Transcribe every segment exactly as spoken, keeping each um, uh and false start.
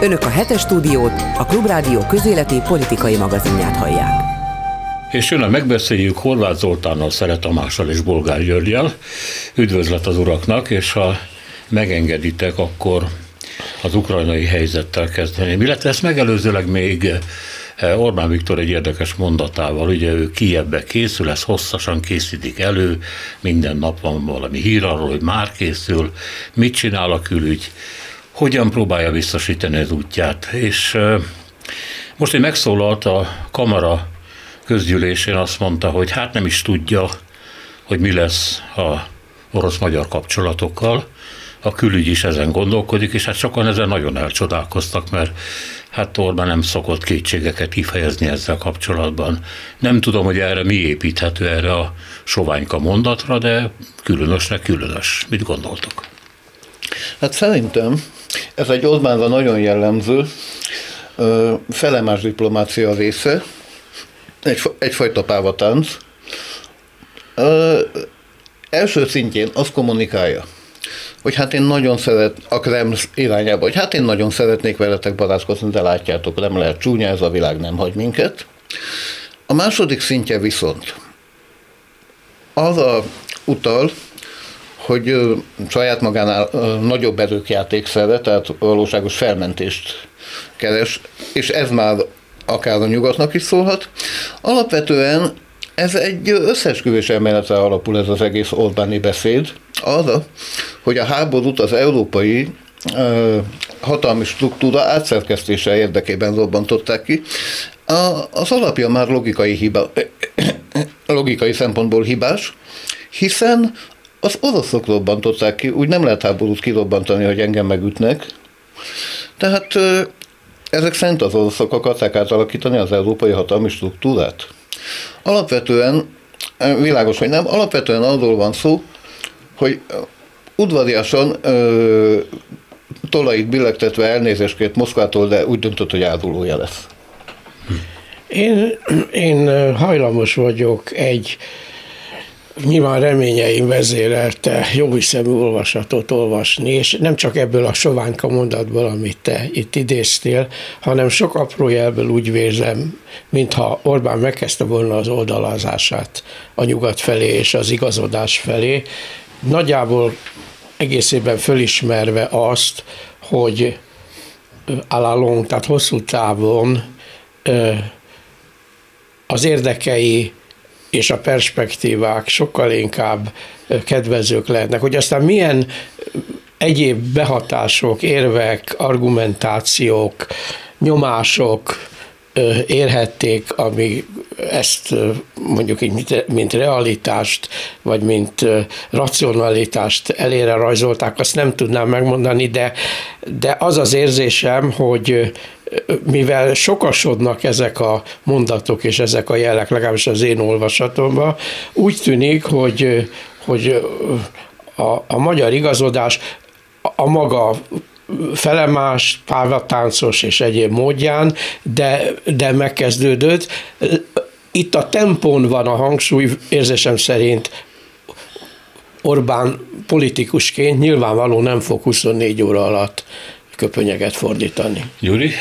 Önök a Hetes Stúdiót, a Klubrádió közéleti politikai magazinját hallják. És jön a megbeszéljük Horváth Zoltánnal, Szere Tamással és Bolgár Györggyel. Üdvözlet az uraknak, és ha megengeditek, akkor az ukrajnai helyzettel kezdeném. Illetve ezt megelőzőleg még Orbán Viktor egy érdekes mondatával, ugye ő Kijevbe készül, ezt hosszasan készítik elő, minden nap van valami hír arról, hogy már készül, mit csinál a külügy, hogyan próbálja biztosítani az útját. És most egy megszólalt a Kamara közgyűlésén, azt mondta, hogy hát nem is tudja, hogy mi lesz a orosz-magyar kapcsolatokkal. A külügy is ezen gondolkodik, és hát sokan ezen nagyon elcsodálkoztak, mert hát Orbán nem szokott kétségeket kifejezni ezzel kapcsolatban. Nem tudom, hogy erre mi építhető, erre a soványka mondatra, de különösnek különös. Mit gondoltok? Hát szerintem ez egy Orbánra nagyon jellemző felemás diplomácia része, egy, egyfajta pávatánc. Első szintjén azt kommunikálja, hogy hát én nagyon szeret a Kreml irányába, hogy hát én nagyon szeretnék veletek barátkozni, de látjátok, nem lehet csúnya, ez a világ nem hagy minket. A második szintje viszont arra utal, hogy saját magánál nagyobb erők játékszerre, tehát valóságos felmentést keres, és ez már akár a nyugatnak is szólhat. Alapvetően ez egy összeesküvés elméletre alapul ez az egész Orbáni beszéd, arra, hogy a háborút az európai ö, hatalmi struktúra átszerkesztése érdekében robbantották ki. A, az alapja már logikai, hiba, logikai szempontból hibás, hiszen az oroszok robbantották ki, úgy nem lehet háborút kirobbantani, hogy engem megütnek. Tehát ö, ezek szerint az oroszok akarták átalakítani az európai hatalmi struktúrát. Alapvetően, világos, hogy nem, alapvetően arról van szó, hogy udvariasan ö, tollait billegtetve elnézést kért Moszkvától, de úgy döntött, hogy árulója lesz. Én, én hajlamos vagyok egy nyilván reményeim vezérelte jóhiszemű olvasatot olvasni, és nem csak ebből a soványka mondatból, amit te itt idéztél, hanem sok apró jelből úgy vérzem, mintha Orbán megkezdte volna az oldalazását a nyugat felé és az igazodás felé, nagyjából egészében fölismerve azt, hogy à la longue, tehát hosszú távon az érdekei és a perspektívák sokkal inkább kedvezők lehetnek. Hogy aztán milyen egyéb behatások, érvek, argumentációk, nyomások érhették, ami ezt mondjuk így, mint realitást, vagy mint racionalitást elére rajzolták, azt nem tudnám megmondani, de, de az az érzésem, hogy mivel sokasodnak ezek a mondatok és ezek a jelek, legalábbis az én olvasatomban, úgy tűnik, hogy, hogy a, a magyar igazodás a maga felemás, pávatáncos és egyéb módján, de, de megkezdődött. Itt a tempón van a hangsúly, érzésem szerint Orbán politikusként nyilvánvaló nem fog huszonnégy óra alatt köpönyeget fordítani. Gyuri?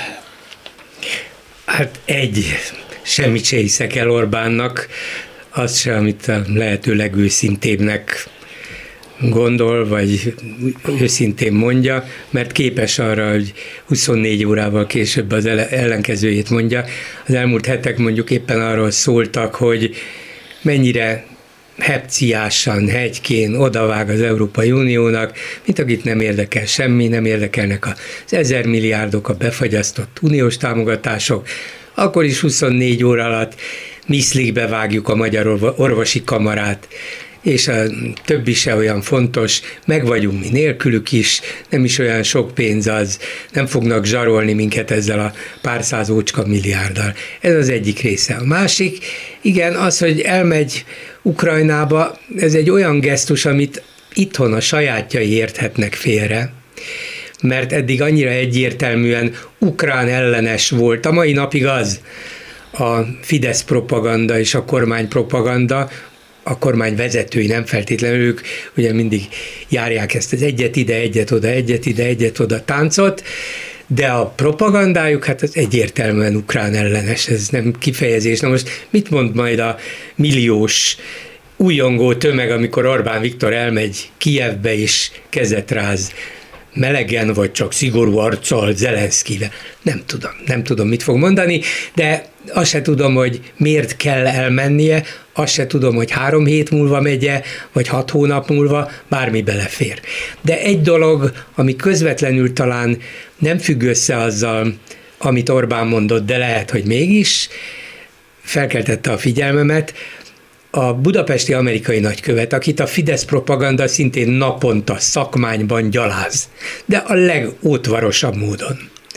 Hát egy, semmit se hiszek el Orbánnak, az sem, amit a lehető legőszintébbnek gondol, vagy őszintén mondja, mert képes arra, hogy huszonnégy órával később az ellenkezőjét mondja. Az elmúlt hetek mondjuk éppen arról szóltak, hogy mennyire hepciásan, hegykén odavág az Európai Uniónak, mint akit nem érdekel semmi, nem érdekelnek az ezer milliárdok, a befagyasztott uniós támogatások, akkor is huszonnégy óra alatt miszlikbe vágjuk a Magyar Orvosi Kamarát, és a többi se olyan fontos, meg vagyunk mi nélkülük is, nem is olyan sok pénz az, nem fognak zsarolni minket ezzel a pár száz ócska milliárddal. Ez az egyik része. A másik, igen, az, hogy elmegy Ukrajnába, ez egy olyan gesztus, amit itthon a sajátjai érthetnek félre, mert eddig annyira egyértelműen ukrán ellenes volt, a mai napig az a Fidesz propaganda és a kormány propaganda, a kormány vezetői, nem feltétlenül ők, ugye mindig járják ezt az egyet ide, egyet oda, egyet ide, egyet oda táncot, de a propagandájuk, hát az egyértelműen ukrán ellenes, ez nem kifejezés. Na most mit mond majd a milliós újongó tömeg, amikor Orbán Viktor elmegy Kijevbe és kezet ráz melegen, vagy csak szigorú arccal Zelenszkivel? Nem tudom, nem tudom, mit fog mondani, de azt se tudom, hogy miért kell elmennie, azt se tudom, hogy három hét múlva megye, vagy hat hónap múlva, bármi belefér. De egy dolog, ami közvetlenül talán nem függ össze azzal, amit Orbán mondott, de lehet, hogy mégis, felkeltette a figyelmemet, a budapesti amerikai nagykövet, akit a Fidesz propaganda szintén naponta szakmányban gyaláz, de a legótvarosabb módon.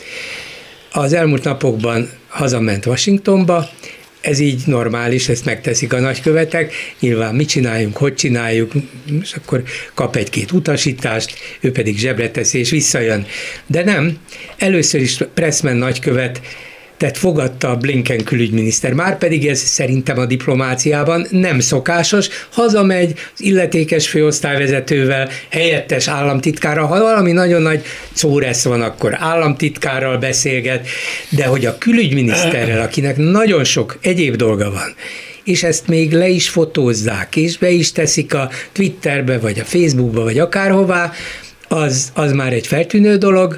Az elmúlt napokban hazament Washingtonba, ez így normális, ezt megteszik a nagykövetek, nyilván mit csináljunk, hogy csináljuk, és akkor kap egy-két utasítást, ő pedig zsebre teszi és visszajön. De nem, először is Pressman nagykövet tehát fogadta a Blinken külügyminiszter, már pedig ez szerintem a diplomáciában nem szokásos, hazamegy az illetékes főosztályvezetővel, helyettes államtitkárral, ha valami nagyon nagy szóresz van, akkor államtitkárral beszélget, de hogy a külügyminiszterrel, akinek nagyon sok egyéb dolga van, és ezt még le is fotózzák, és be is teszik a Twitterbe, vagy a Facebookba, vagy akárhová, az, az már egy feltűnő dolog,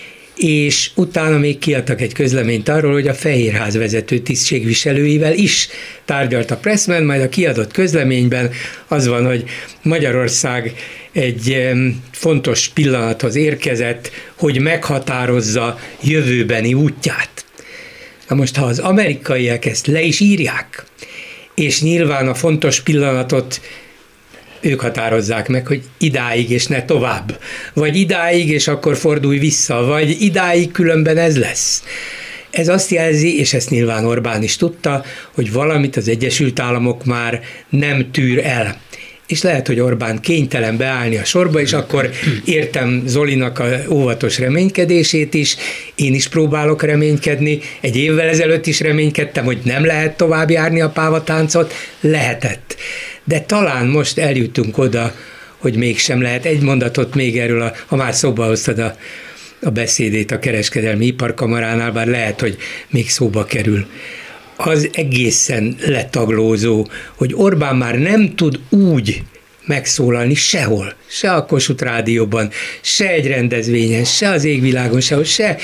és utána még kiadtak egy közleményt arról, hogy a Fehérház vezető tisztségviselőivel is tárgyalt a Pressman, majd a kiadott közleményben az van, hogy Magyarország egy fontos pillanathoz érkezett, hogy meghatározza jövőbeni útját. Na most, ha az amerikaiak ezt le is írják, és nyilván a fontos pillanatot ők határozzák meg, hogy idáig és ne tovább, vagy idáig és akkor fordulj vissza, vagy idáig különben ez lesz. Ez azt jelzi, és ezt nyilván Orbán is tudta, hogy valamit az Egyesült Államok már nem tűr el. És lehet, hogy Orbán kénytelen beállni a sorba, és akkor értem Zolinak a óvatos reménykedését is, én is próbálok reménykedni, egy évvel ezelőtt is reménykedtem, hogy nem lehet tovább járni a pávatáncot, lehetett. De talán most eljutunk oda, hogy mégsem lehet. Egy mondatot még erről, a, ha már szóba hoztad a, a beszédét a Kereskedelmi Iparkamaránál, bár lehet, hogy még szóba kerül. Az egészen letaglózó, hogy Orbán már nem tud úgy megszólalni sehol, se a Kossuth Rádióban, se egy rendezvényen, se az égvilágon, sehol, se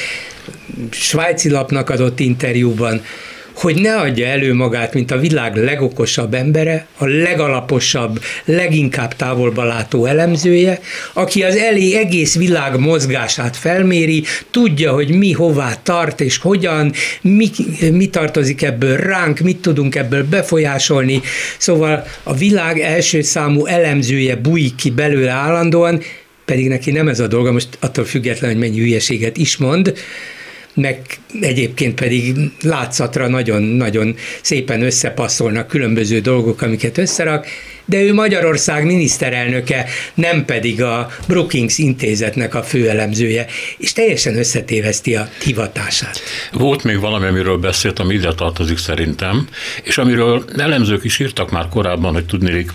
svájci lapnak adott interjúban, hogy ne adja elő magát, mint a világ legokosabb embere, a legalaposabb, leginkább távolba látó elemzője, aki az elé egész világ mozgását felméri, tudja, hogy mi hová tart, és hogyan, mi, mi tartozik ebből ránk, mit tudunk ebből befolyásolni. Szóval a világ első számú elemzője bújik ki belőle állandóan, pedig neki nem ez a dolga, most attól függetlenül, hogy mennyi hülyeséget is mond, meg egyébként pedig látszatra nagyon-nagyon szépen összepasszolnak különböző dolgok, amiket összerak, de ő Magyarország miniszterelnöke, nem pedig a Brookings intézetnek a főelemzője, és teljesen összetéveszti a hivatását. Volt még valami, amiről beszélt, ami ide tartozik szerintem, és amiről elemzők is írtak már korábban, hogy tudnék,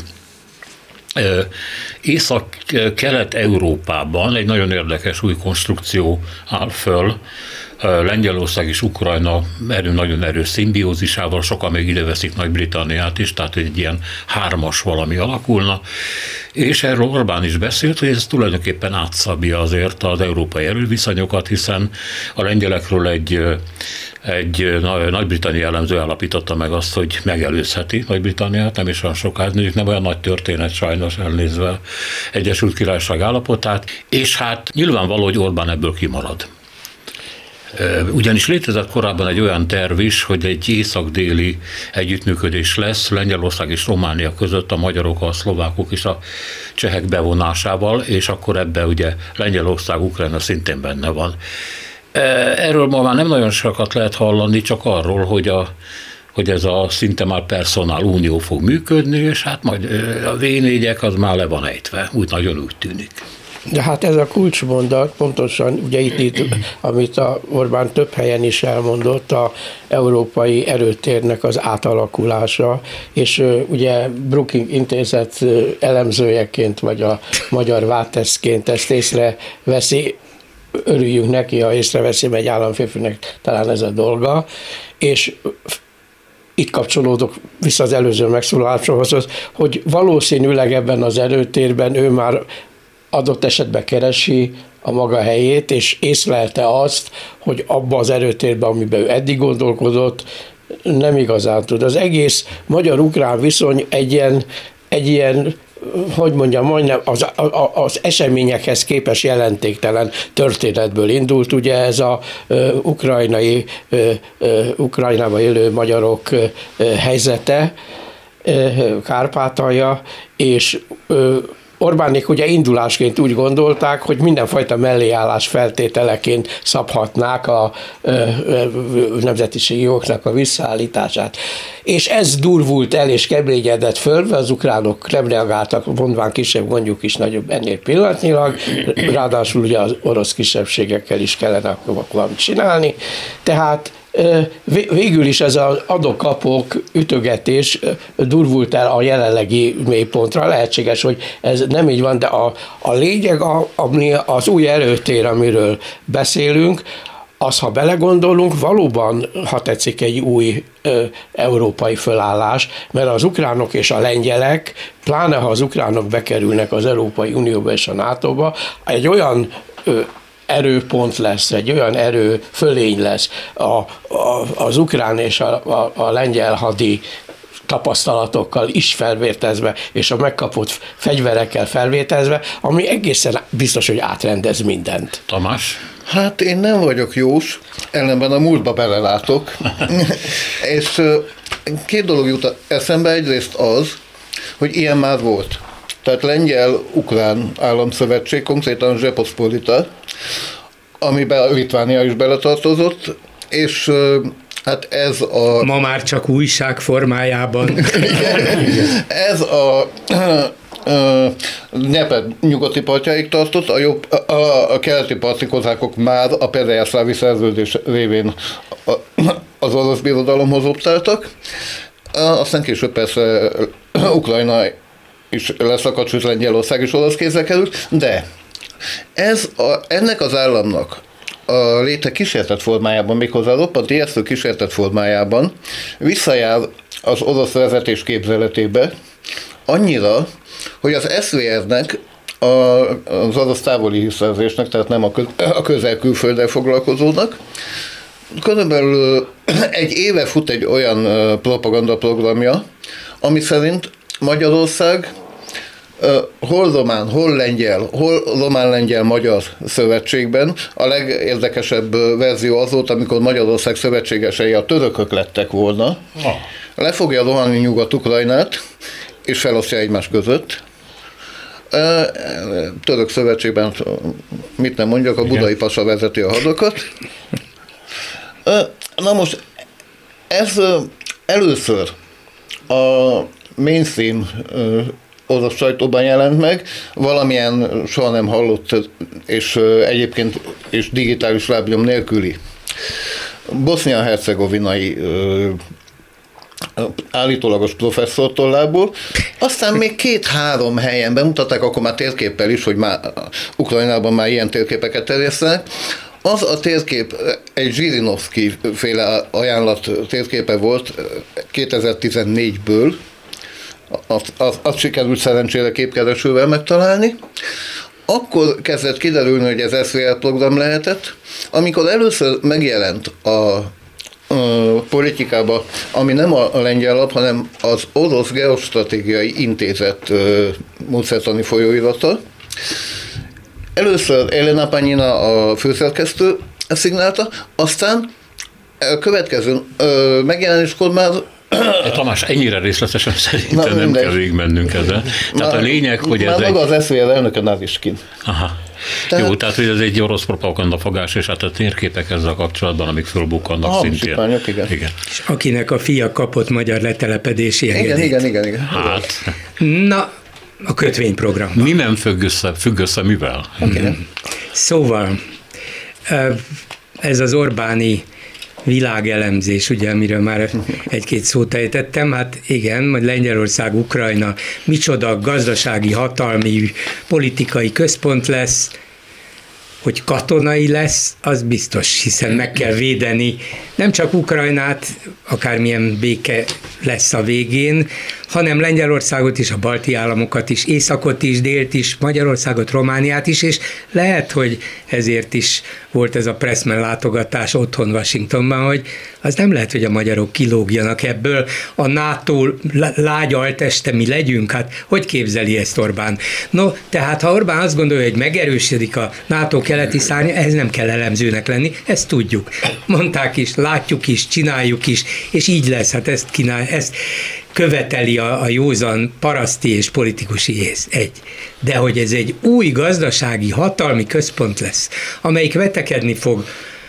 Észak-Kelet-Európában egy nagyon érdekes új konstrukció áll föl, Lengyelország és Ukrajna erő, nagyon erős szimbiózisával, sokan még ide veszik Nagy-Britanniát is, tehát egy ilyen hármas valami alakulna, és erről Orbán is beszélt, hogy ez tulajdonképpen átszabja azért az európai erőviszonyokat, hiszen a lengyelekről egy Egy Nagy-Britannia elemző állapította meg azt, hogy megelőzheti Nagy-Britanniát, nem is olyan sokáig, mondjuk nem olyan nagy történet sajnos elnézve Egyesült Királyság állapotát, és hát nyilvánvaló, hogy Orbán ebből kimarad. Ugyanis létezett korábban egy olyan terv is, hogy egy észak-déli együttműködés lesz Lengyelország és Románia között, a magyarok, a szlovákok és a csehek bevonásával, és akkor ebbe ugye Lengyelország, Ukrajna szintén benne van. Erről ma már nem nagyon sokat lehet hallani, csak arról, hogy, a, hogy ez a szinte már personál unió fog működni, és hát majd a vé négyek az már le van ejtve, úgy nagyon úgy tűnik. De hát ez a kulcsmondat, pontosan ugye itt, itt amit a Orbán több helyen is elmondott, a európai erőtérnek az átalakulása, és ugye Brookings intézet elemzőjeként, vagy a magyar Váteszként ezt észreveszi, örüljünk neki, ha észreveszem, egy államférfinek talán ez a dolga, és itt kapcsolódok vissza az előző megszólaláshoz, hogy valószínűleg ebben az erőtérben ő már adott esetben keresi a maga helyét, és észlelte azt, hogy abban az erőtérben, amiben ő eddig gondolkodott, nem igazán tud. Az egész magyar-ukrán viszony egy ilyen, egy ilyen hogy mondjam, majdnem az, az eseményekhez képes jelentéktelen történetből indult. Ugye ez a uh, ukrajnai, uh, uh, Ukrajnában élő magyarok uh, helyzete, uh, Kárpátalja, és uh, Orbánék ugye indulásként úgy gondolták, hogy mindenfajta melléállás feltételeként szabhatnák a nemzetiségi jogoknak a visszaállítását. És ez durvult el és keményedett föl, az ukránok nem reagáltak, mondván kisebb gondjuk is nagyobb ennél pillanatnyilag, ráadásul ugye az orosz kisebbségekkel is kellene akkor valamit csinálni. Tehát végül is ez az adok-kapok ütögetés durvult el a jelenlegi mélypontra. Lehetséges, hogy ez nem így van, de a, a lényeg, a, ami az új erőtér, amiről beszélünk, az, ha belegondolunk, valóban, ha tetszik, egy új ö, európai fölállás, mert az ukránok és a lengyelek, pláne ha az ukránok bekerülnek az Európai Unióba és a nátóba, egy olyan ö, erőpont lesz, egy olyan erő fölény lesz a, a, az ukrán és a, a, a lengyel hadi tapasztalatokkal is felvértezve, és a megkapott fegyverekkel felvértezve, ami egészen biztos, hogy átrendez mindent. Tamás? Hát én nem vagyok jós, ellenben a múltba belelátok, és két dolog jut eszembe, egyrészt az, hogy ilyen már volt. Tehát lengyel-ukrán államszövetség, konkrétan Zseposzpolita, amiben Litvánia is beletartozott, és hát ez a... Ma már csak újság formájában. Ez a... Dnyeper nyugati partjáig tartott, a, jobb, a, a keleti parti kozákok már a Perejászlávi szerződés révén a, az orosz birodalomhoz optáltak. Aztán később persze Ukrajna is leszakadt, sőt Lengyelország is orosz kézzel került, de ez a, ennek az államnak a léte kísértett formájában, méghozzá roppant ijesztő kísértett formájában visszajár az orosz vezetés képzeletébe annyira, hogy az es vé er-nek, a, az orosz távoli hírszerzésnek, tehát nem a, köz, a közel-külfölddel foglalkozónak, körülbelül egy éve fut egy olyan propagandaprogramja, ami szerint Magyarország hol román, hol lengyel, hol román-lengyel-magyar szövetségben. A legérdekesebb verzió az volt, amikor Magyarország szövetségesei a törökök lettek volna. Le fogja rohanni Nyugat-Ukrajnát, és felosztja egymás között. Török szövetségben, mit nem mondjak, a budai pasa vezeti a hadokat. Na most, ez először a mainstream orosz sajtóban jelent meg, valamilyen soha nem hallott, és egyébként és digitális lábnyom nélküli bosznia-hercegovinai állítólagos professzor tollából. Aztán még két-három helyen bemutatták, akkor már térképpel is, hogy már Ukrajnában már ilyen térképeket terjesztenek. Az a térkép egy Zsirinovszky féle ajánlat térképe volt kétezer-tizennégyből, azt, azt, azt sikerült szerencsére képkeresővel megtalálni. Akkor kezdett kiderülni, hogy ez es vé er program lehetett. Amikor először megjelent a, a politikába, ami nem a lengyel lap, hanem az Orosz Geostratégiai Intézet módszertani folyóirata, először Elena Panyina a főszerkesztő szignálta, aztán a következő ö, megjelenéskor már... Tamás, ennyire részletesen szerintem Na, nem mindegy. kell végigmennünk ezen. Tehát már, a lényeg, hogy ez már egy... maga az es vé er elnöke Naviskin. Aha. Tehát... Jó, tehát hogy ez egy orosz propagandafogás, és hát a térképek ezzel kapcsolatban, amik fölbukkannak Ah, szintén. sipányok, igen. igen. És akinek a fia kapott magyar letelepedési Igen, engedélyt. igen, igen, igen. Hát, Na, a kötvényprogram. mi nem függ össze, függ össze mivel? Okay. Szóval, ez az Orbáni világelemzés, ugye, amiről már egy-két szót ejtettem, hát igen, majd Lengyelország, Ukrajna, micsoda gazdasági, hatalmi, politikai központ lesz, hogy katonai lesz, az biztos, hiszen meg kell védeni nem csak Ukrajnát, akármilyen béke lesz a végén, hanem Lengyelországot is, a balti államokat is, Északot is, Délt is, Magyarországot, Romániát is, és lehet, hogy ezért is volt ez a Pressman látogatás otthon Washingtonban, hogy az nem lehet, hogy a magyarok kilógjanak ebből, a NATO lágy alteste mi legyünk, hát hogy képzeli ezt Orbán? No, tehát ha Orbán azt gondolja, hogy megerősödik a NATO keleti szárnya, ehhez nem kell elemzőnek lenni, ezt tudjuk. Mondták is, látjuk is, csináljuk is, és így lesz, hát ezt kínál, ezt követeli a, a józan paraszti és politikusi ész. Egy. De hogy ez egy új gazdasági, hatalmi központ lesz, amelyik vetekedni fog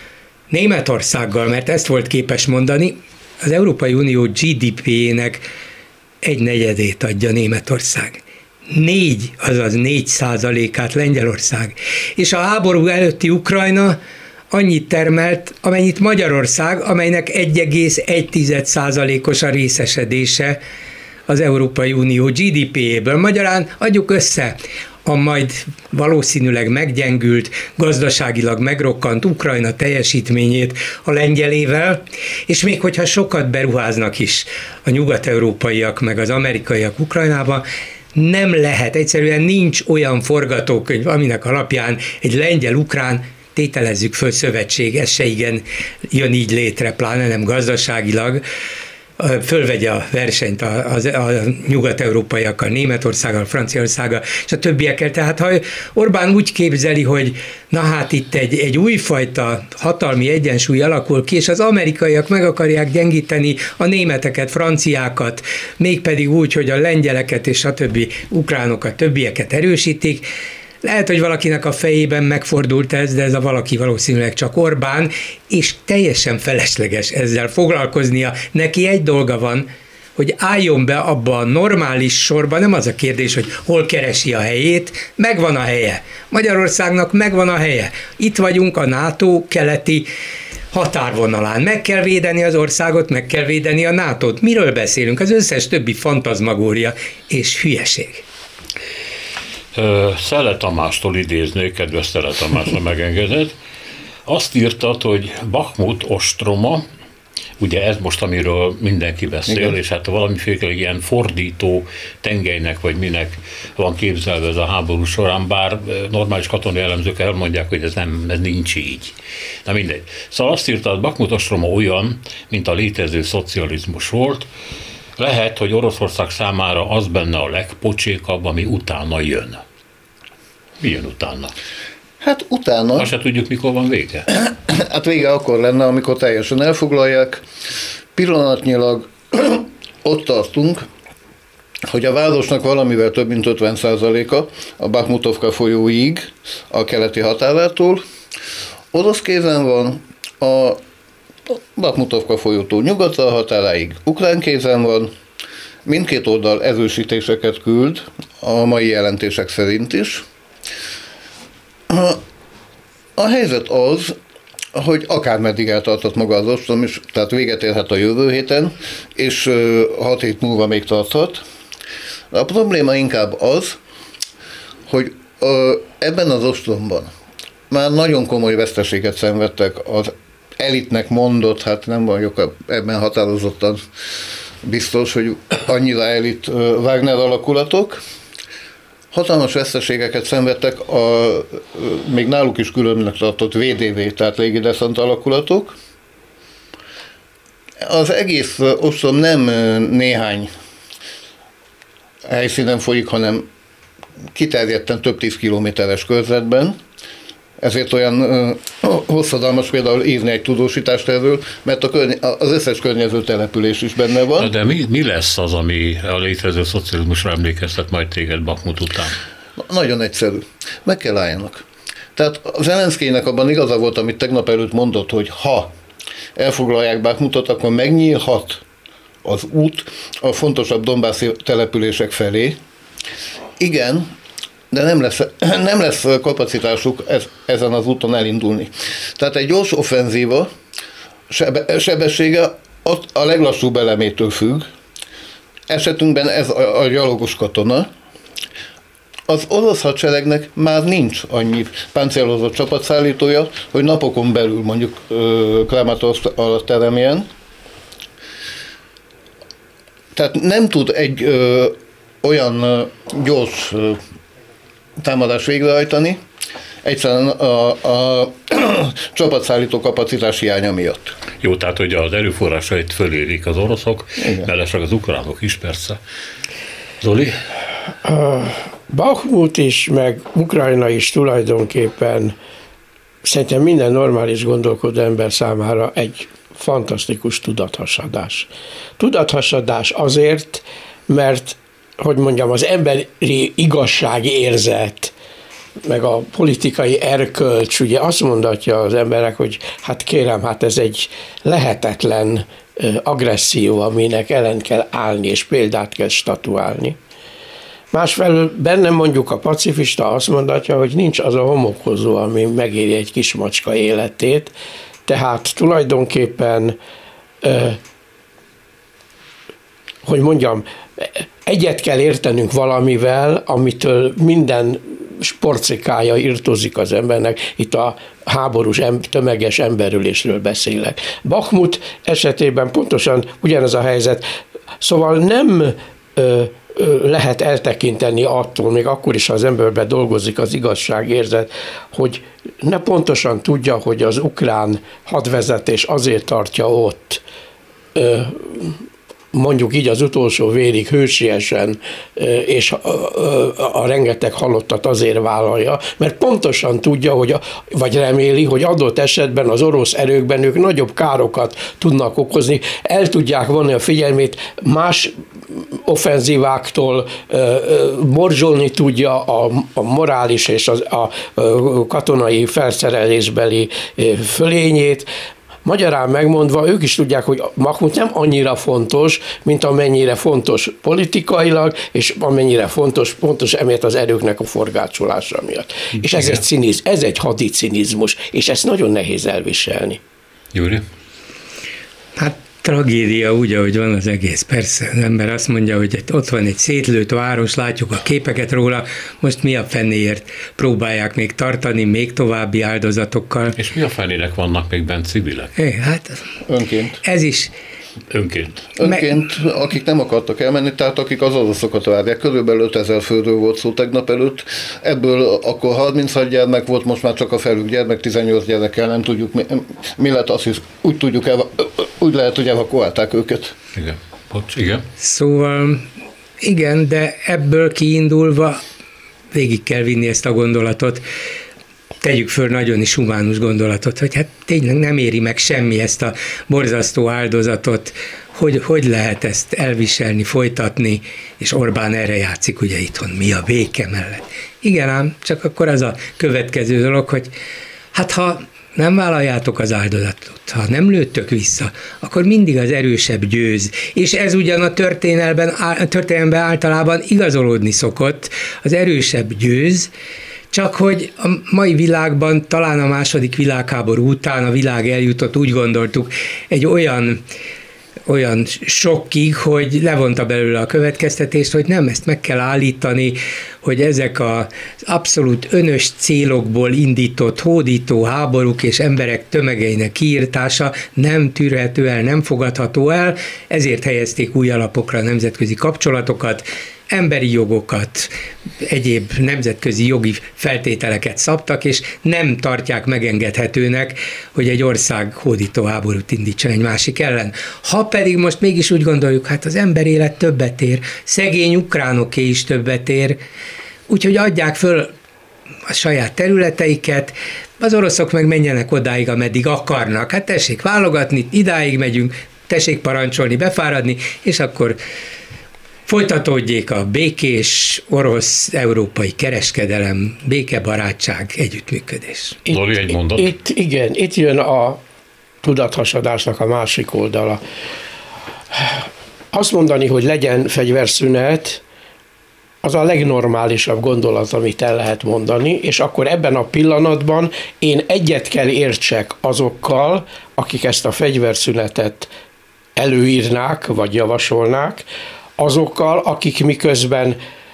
Németországgal, mert ezt volt képes mondani, az Európai Unió gé dé pé-jének egy negyedét adja Németország. Négy, azaz négy százalékát Lengyelország. És a háború előtti Ukrajna annyit termelt, amennyit Magyarország, amelynek egy egész egy százalékos a részesedése az Európai Unió gé dé pé-jéből. Magyarán adjuk össze a majd valószínűleg meggyengült, gazdaságilag megrokkant Ukrajna teljesítményét a lengyelével, és még hogyha sokat beruháznak is a nyugat-európaiak meg az amerikaiak Ukrajnába, nem lehet, egyszerűen nincs olyan forgatókönyv, aminek alapján egy lengyel-ukrán, tételezzük föl, szövetség, ez se igen jön így létre, pláne nem gazdaságilag, fölvegye a versenyt a, a, a nyugat-európaiakkal, Németországgal, Franciaországgal, és a többiekkel. Tehát ha Orbán úgy képzeli, hogy na hát itt egy, egy újfajta hatalmi egyensúly alakul ki, és az amerikaiak meg akarják gyengíteni a németeket, franciákat, mégpedig úgy, hogy a lengyeleket és a többi ukránokat, többieket erősítik. Lehet, hogy valakinek a fejében megfordult ez, de ez a valaki valószínűleg csak Orbán, és teljesen felesleges ezzel foglalkoznia. Neki egy dolga van, hogy álljon be abba a normális sorba, nem az a kérdés, hogy hol keresi a helyét, megvan a helye. Magyarországnak megvan a helye. Itt vagyunk a NATO keleti határvonalán. Meg kell védeni az országot, meg kell védeni a nátót. Miről beszélünk? Az összes többi fantazmagória és hülyeség. Szele Tamástól idéznék, kedves Szele Tamás, ha megengeded. Azt írtad, hogy Bakhmut ostroma, ugye ez most, amiről mindenki beszél, igen, és hát valamiféle ilyen fordító tengelynek, vagy minek van képzelve ez a háború során, bár normális katonai elemzők elmondják, hogy ez, nem, ez nincs így. Na mindegy. Szóval azt írtad, hogy Bakhmut ostroma olyan, mint a létező szocializmus volt, lehet, hogy Oroszország számára az benne a legpocsékabb, ami utána jön. Mi jön utána? Hát utána... Azt se tudjuk, mikor van vége. Hát vége akkor lenne, amikor teljesen elfoglalják. Pillanatnyilag ott tartunk, hogy a városnak valamivel több mint ötven százaléka a Bakhmutovka folyóig a keleti határától orosz kézen van, a Bakhmutovka folyótól nyugatra a határáig ukrán kézen van, mindkét oldal erősítéseket küld, a mai jelentések szerint is. A, a helyzet az, hogy akármeddig eltartott maga az ostrom is, tehát véget érhet a jövő héten, és hat hét múlva még tarthat. A probléma inkább az, hogy ebben az ostromban már nagyon komoly veszteséget szenvedtek az elitnek mondott, hát nem vagyok ebben határozottan biztos, hogy annyira elit Wagner alakulatok. Hatalmas veszteségeket szenvedtek a még náluk is különnek tartott vé dé vé, tehát légideszant alakulatok. Az egész ostrom nem néhány helyszínen folyik, hanem kiterjedten több tíz kilométeres körzetben. Ezért olyan ö, hosszadalmas például írni egy tudósítást erről, mert a körny- az összes környező település is benne van. De mi, mi lesz az, ami a létező szocializmusra emlékeztet majd téged Bakhmut után? Nagyon egyszerű. Meg kell álljanak. Tehát Zelenszkijnek abban igaza volt, amit tegnap előtt mondott, hogy ha elfoglalják Bakhmutot, akkor megnyílhat az út a fontosabb donbászi települések felé. Igen, de nem lesz, nem lesz kapacitásuk ez, ezen az úton elindulni. Tehát egy gyors offenzíva sebe, sebessége a leglassúbb elemétől függ. Esetünkben ez a, a gyalogos katona. az orosz hadseregnek már nincs annyi páncélozott csapatszállítója, hogy napokon belül mondjuk Kramatorsk alatt teremjen. Tehát nem tud egy ö, olyan ö, gyors ö, támadást végrehajtani, egyszerűen a, a, a csapatszállító kapacitás hiánya miatt. Jó, tehát hogy az erőforrásait fölérik az oroszok, mellesleg az ukránok is persze. Zoli? Bakhmut is, meg Ukrajna is tulajdonképpen szerintem minden normális gondolkodó ember számára egy fantasztikus tudathasadás. Tudathasadás azért, mert, hogy mondjam, az emberi igazságérzet, meg a politikai erkölcs, ugye azt mondatja az emberek, hogy hát kérem, hát ez egy lehetetlen agresszió, aminek ellen kell állni, és példát kell statuálni. Másfelől bennem mondjuk a pacifista azt mondatja, hogy nincs az a homokozó, ami megéri egy kis macska életét, tehát tulajdonképpen, hogy mondjam, egyet kell értenünk valamivel, amitől minden sporcikája irtózik az embernek, itt a háborús, tömeges emberülésről beszélek. Bakhmut esetében pontosan ugyanez a helyzet, szóval nem lehet eltekinteni attól, még akkor is, ha az emberben dolgozik az igazságérzet, hogy ne pontosan tudja, hogy az ukrán hadvezetés azért tartja ott, mondjuk így az utolsó vérig hősiesen, és a, a, a rengeteg halottat azért vállalja, mert pontosan tudja, hogy a, vagy reméli, hogy adott esetben az orosz erőkben ők nagyobb károkat tudnak okozni, el tudják vonni a figyelmét más offenzíváktól, morzsolni tudja a, a morális és a, a katonai felszerelésbeli fölényét. Magyarán megmondva, ők is tudják, hogy Bakhmut nem annyira fontos, mint amennyire fontos politikailag, és amennyire fontos, fontos emiatt az erőknek a forgácsolása miatt. Igen. És ez egy ciniz, ez egy hadicinizmus, és ezt nagyon nehéz elviselni. Gyuri? Hát tragédia úgy, ahogy van az egész. Persze, az ember azt mondja, hogy ott van egy szétlőtt város, látjuk a képeket róla, most mi a fenéért próbálják még tartani, még további áldozatokkal. És mi a fenének vannak még bent civilek? É, hát önként. Ez is. Önként. Önként, akik nem akartak elmenni, tehát akik az oroszokat várják. Körülbelül ötezer főről volt szó tegnap előtt. Ebből akkor harminchat gyermek volt, most már csak a felük gyermek, tizennyolc gyerekkel, nem tudjuk mi, mi lett, azt hisz, úgy tudjuk, el, úgy lehet, hogy evakuálták őket. Igen. Bocs, igen. Szóval igen, de ebből kiindulva végig kell vinni ezt a gondolatot, tegyük föl nagyon is humánus gondolatot, hogy hát tényleg nem éri meg semmi ezt a borzasztó áldozatot, hogy, hogy lehet ezt elviselni, folytatni, és Orbán erre játszik ugye itthon, mi a béke mellett. Igen ám, csak akkor az a következő dolog, hogy hát ha nem vállaljátok az áldozatot, ha nem lőttök vissza, akkor mindig az erősebb győz. És ez ugyan a történelemben, a történelemben általában igazolódni szokott, az erősebb győz, csak hogy a mai világban, talán a második világháború után a világ eljutott, úgy gondoltuk, egy olyan, olyan sokkig, hogy levonta belőle a következtetést, hogy nem, ezt meg kell állítani, hogy ezek az abszolút önös célokból indított hódító háborúk és emberek tömegeinek kiirtása nem tűrhető el, nem fogadható el, ezért helyezték új alapokra a nemzetközi kapcsolatokat, emberi jogokat, egyéb nemzetközi jogi feltételeket szabtak, és nem tartják megengedhetőnek, hogy egy ország hódító háborút indítson egy másik ellen. Ha pedig most mégis úgy gondoljuk, hát az ember élet többet ér, szegény ukránoké is többet ér, úgyhogy adják föl a saját területeiket, az oroszok meg menjenek odáig, ameddig akarnak. Hát tessék válogatni, idáig megyünk, tessék parancsolni, befáradni, és akkor folytatódjék a békés orosz-európai kereskedelem, békebarátság, együttműködés. Zoli, egy mondat. Itt, igen, itt jön a tudathasadásnak a másik oldala. Azt mondani, hogy legyen fegyverszünet, az a legnormálisabb gondolat, amit el lehet mondani, és akkor ebben a pillanatban én egyet kell értsek azokkal, akik ezt a fegyverszünetet előírnák, vagy javasolnák, azokkal, akik miközben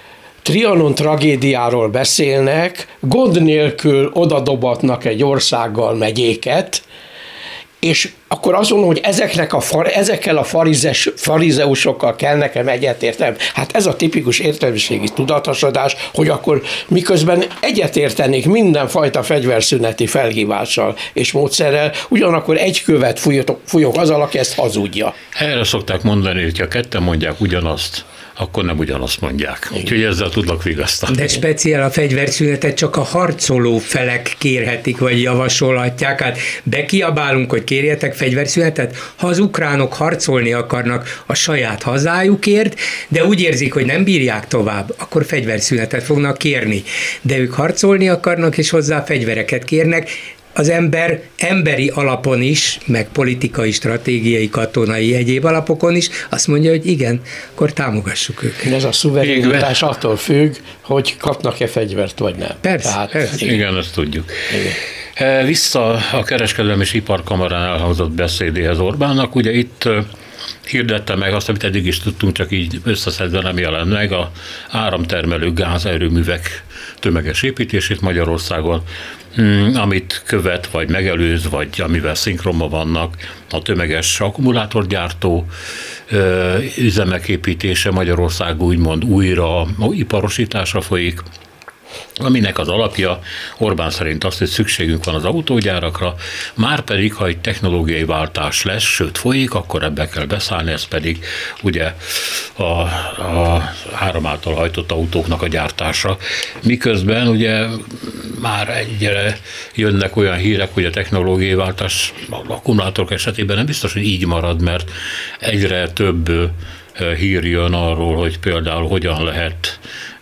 Trianon tragédiáról beszélnek, gond nélkül odadobatnak egy országgal megyéket, és akkor azt mondom, hogy ezeknek a, ezekkel a farizes, farizeusokkal kell nekem egyetértenem. Hát ez a tipikus értelmiségi tudatosodás, hogy akkor miközben egyetértenék mindenfajta fegyverszüneti felhívással és módszerrel, ugyanakkor egy követ fújok, fújok azzal, aki ezt hazudja. Erre szokták mondani, hogy ha ketten mondják ugyanazt, akkor nem ugyanazt mondják. Úgyhogy ezzel tudlak vigasztani. De speciál a fegyverszünetet csak a harcoló felek kérhetik, vagy javasolhatják. Hát bekiabálunk, hogy kérjetek fegyverszünetet, ha az ukránok harcolni akarnak a saját hazájukért, de úgy érzik, hogy nem bírják tovább, akkor fegyverszünetet fognak kérni. De ők harcolni akarnak, és hozzá fegyvereket kérnek. Az ember emberi alapon is, meg politikai, stratégiai, katonai, egyéb alapokon is azt mondja, hogy igen, akkor támogassuk őket. Ez a szuverenitás attól függ, hogy kapnak-e fegyvert, vagy nem. Persze, Tehát, persze. Igen. igen, ezt tudjuk. Igen. Vissza a Kereskedelmi és Iparkamarán elhangzott beszédéhez Orbánnak, ugye itt hirdette meg azt, amit eddig is tudtunk, csak így összeszedve nem jelent meg, a áramtermelő gázerőművek tömeges építését Magyarországon, amit követ, vagy megelőz, vagy amivel szinkronban vannak a tömeges akkumulátorgyártó üzemek építése. Magyarország úgymond újra iparosításra folyik, aminek az alapja Orbán szerint azt, hogy szükségünk van az autógyárakra, márpedig, ha egy technológiai váltás lesz, sőt folyik, akkor ebbe kell beszállni, ez pedig ugye a, a áram által hajtott autóknak a gyártása. Miközben ugye már egyre jönnek olyan hírek, hogy a technológiai váltás az akkumulátorok esetében nem biztos, hogy így marad, mert egyre több hír jön arról, hogy például hogyan lehet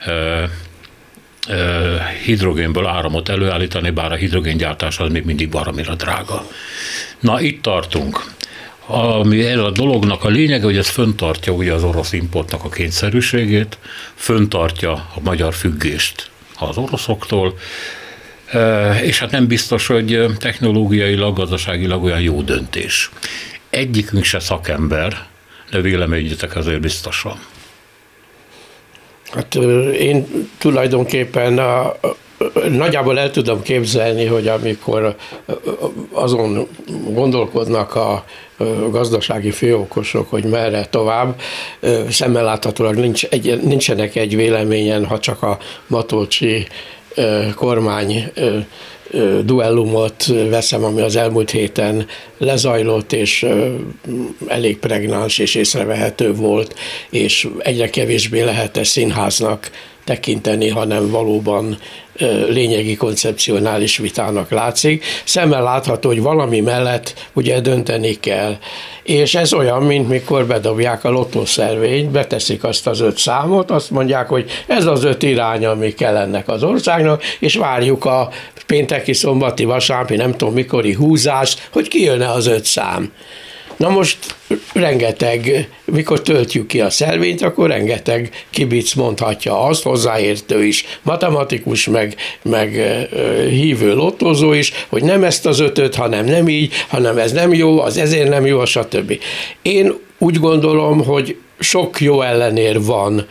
hidrogénből áramot előállítani, bár a hidrogéngyártás az még mindig baromira drága. Na, itt tartunk. Ami ez a dolognak a lényege, hogy ez föntartja ugye az orosz importnak a kényszerűségét, föntartja a magyar függést az oroszoktól, és hát nem biztos, hogy technológiailag, gazdaságilag olyan jó döntés. Egyikünk se szakember, de véleményetek azért biztosan. Hát én tulajdonképpen a, a, nagyjából el tudom képzelni, hogy amikor azon gondolkodnak a gazdasági főokosok, hogy merre tovább, szemmel láthatólag nincs egy, nincsenek egy véleményen, ha csak a Matolcsi kormány duellumot veszem, ami az elmúlt héten lezajlott, és elég pregnáns és észrevehető volt, és egyre kevésbé lehet ezt színháznak tekinteni, hanem valóban lényegi koncepcionális vitának látszik. Szemmel látható, hogy valami mellett ugye dönteni kell. És ez olyan, mint mikor bedobják a lottószervényt, beteszik azt az öt számot, azt mondják, hogy ez az öt irány, ami kell ennek az országnak, és várjuk a pénteki, szombati, vasárnapi, nem tudom mikori húzást, hogy kijönne az öt szám. Na most rengeteg, mikor töltjük ki a szervényt, akkor rengeteg kibic mondhatja azt, hozzáértő is, matematikus, meg, meg hívő lottózó is, hogy nem ezt az ötöt, hanem nem így, hanem ez nem jó, az ezért nem jó, stb. Én úgy gondolom, hogy sok jó ellenér van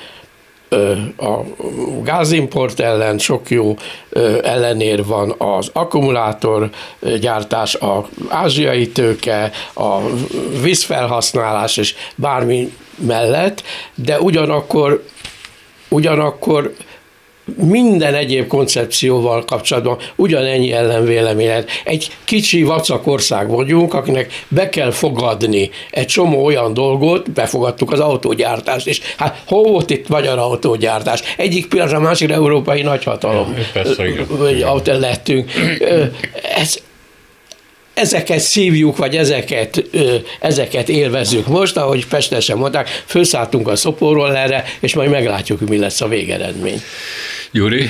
a gázimport ellen, sok jó ellenér van az akkumulátorgyártás, az ázsiai tőke, a vízfelhasználás és bármi mellett, de ugyanakkor, ugyanakkor minden egyéb koncepcióval kapcsolatban ugyanennyi ellenvélemény. Egy kicsi vacak ország vagyunk, akinek be kell fogadni egy csomó olyan dolgot, befogadtuk az autógyártást, és hát hol volt itt magyar autógyártás? Egyik pillanatra a másik európai nagyhatalom autó lettünk. Ez, ezeket szívjuk, vagy ezeket, ezeket élvezzük most, ahogy Pestesen mondták, felszálltunk a szoporról erre, és majd meglátjuk, hogy mi lesz a végeredmény. Gyuri?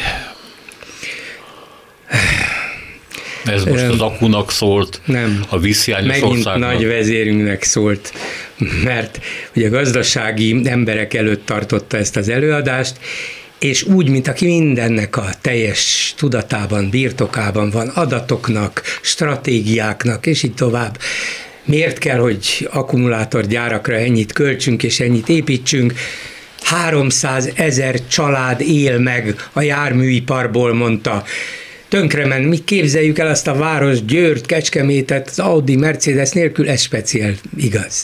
Ez most az akunak szólt, nem, a vízhiányos megint országnak. Nagy vezérünknek szólt, mert ugye gazdasági emberek előtt tartotta ezt az előadást, és úgy, mint aki mindennek a teljes tudatában, birtokában van, adatoknak, stratégiáknak, és így tovább. Miért kell, hogy akkumulátorgyárakra ennyit költsünk, és ennyit építsünk? háromszázezer család él meg a járműiparból, mondta. Tönkrement, mi képzeljük el azt a város, Győrt, Kecskemétet, az Audi, Mercedes nélkül, ez speciál, igaz.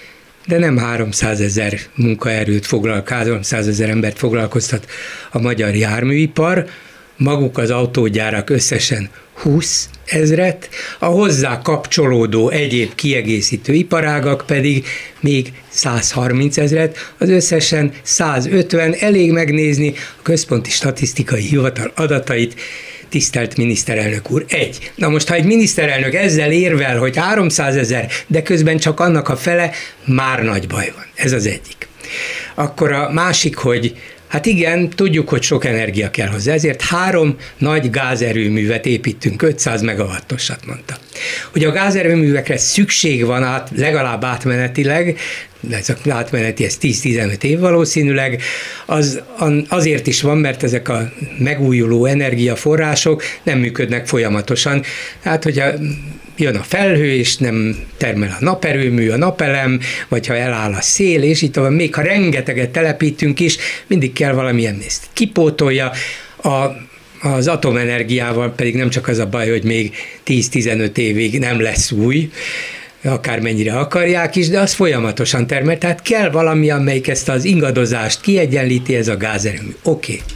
De nem háromszázezer munkaerőt foglalkoztat, háromszázezer embert foglalkoztat a magyar járműipar, maguk az autógyárak összesen húsz ezret, a hozzá kapcsolódó egyéb kiegészítő iparágak pedig még százharminc ezret, az összesen százötven, elég megnézni a Központi Statisztikai Hivatal adatait, tisztelt miniszterelnök úr. Egy. Na most, ha egy miniszterelnök ezzel érvel, hogy háromszázezer, de közben csak annak a fele, már nagy baj van. Ez az egyik. Akkor a másik, hogy hát igen, tudjuk, hogy sok energia kell hozzá, ezért három nagy gázerőművet építünk, ötszáz megawattosat, mondta. Hogy a gázerőművekre szükség van át, legalább átmenetileg, de ez az átmeneti, ez tíz-tizenöt év valószínűleg, az azért is van, mert ezek a megújuló energiaforrások nem működnek folyamatosan. Hát, hogyha jön a felhő, és nem termel a naperőmű, a napelem, vagy ha eláll a szél, és itt tovább, még ha rengeteget telepítünk is, mindig kell valamilyen ezt kipótolja. A Az atomenergiával pedig nem csak az a baj, hogy még tíz-tizenöt évig nem lesz új, akármennyire akarják is, de az folyamatosan termel, tehát kell valami, amelyik ezt az ingadozást kiegyenlíti, ez a gázerőmű. Oké. Okay.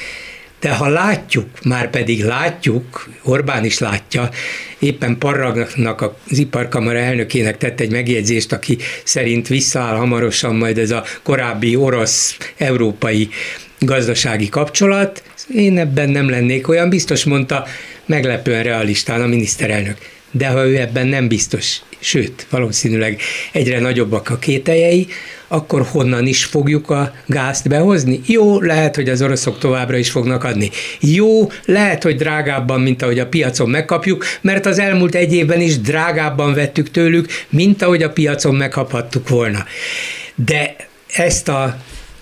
De ha látjuk, már pedig látjuk, Orbán is látja, éppen Parragnak, az iparkamara elnökének tett egy megjegyzést, aki szerint visszaáll hamarosan majd ez a korábbi orosz-európai gazdasági kapcsolat. Én ebben nem lennék olyan biztos, mondta meglepően realistán a miniszterelnök. De ha ő ebben nem biztos, sőt, valószínűleg egyre nagyobbak a kételjei, akkor honnan is fogjuk a gázt behozni? Jó, lehet, hogy az oroszok továbbra is fognak adni. Jó, lehet, hogy drágábban, mint ahogy a piacon megkapjuk, mert az elmúlt egy évben is drágábban vettük tőlük, mint ahogy a piacon megkaphattuk volna. De ezt a